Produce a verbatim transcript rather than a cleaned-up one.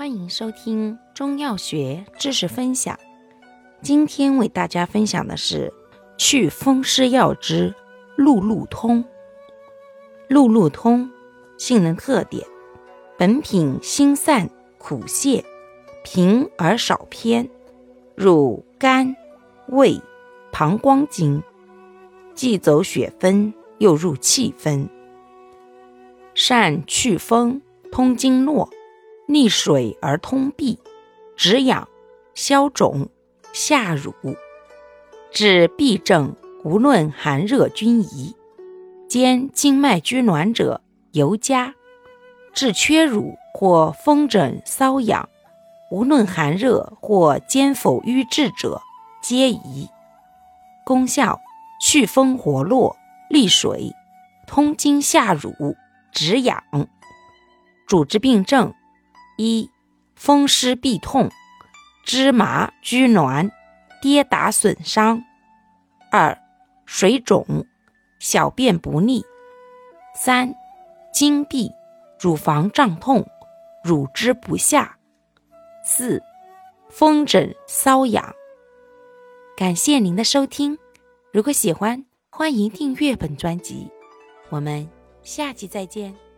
欢迎收听中药学知识分享。今天为大家分享的是祛风湿药之鹿鹿通。鹿鹿通性能特点：本品辛散苦泻，平而少偏，入肝、胃、膀胱经，既走血分，又入气分，善祛风、通经络，利水而通闭，止痒、消肿、下乳，治痹症无论寒热均宜，兼经脉拘挛者尤佳，治缺乳或风疹瘙痒，无论寒热或兼否瘀滞者皆宜。功效：祛风活络，利水，通经下乳，止痒。主治病症：一、风湿痹痛、芝麻拘挛、跌打损伤；二、水肿、小便不利；三、经闭、乳房胀痛、乳汁不下；四、风疹瘙痒。感谢您的收听，如果喜欢，欢迎订阅本专辑，我们下期再见。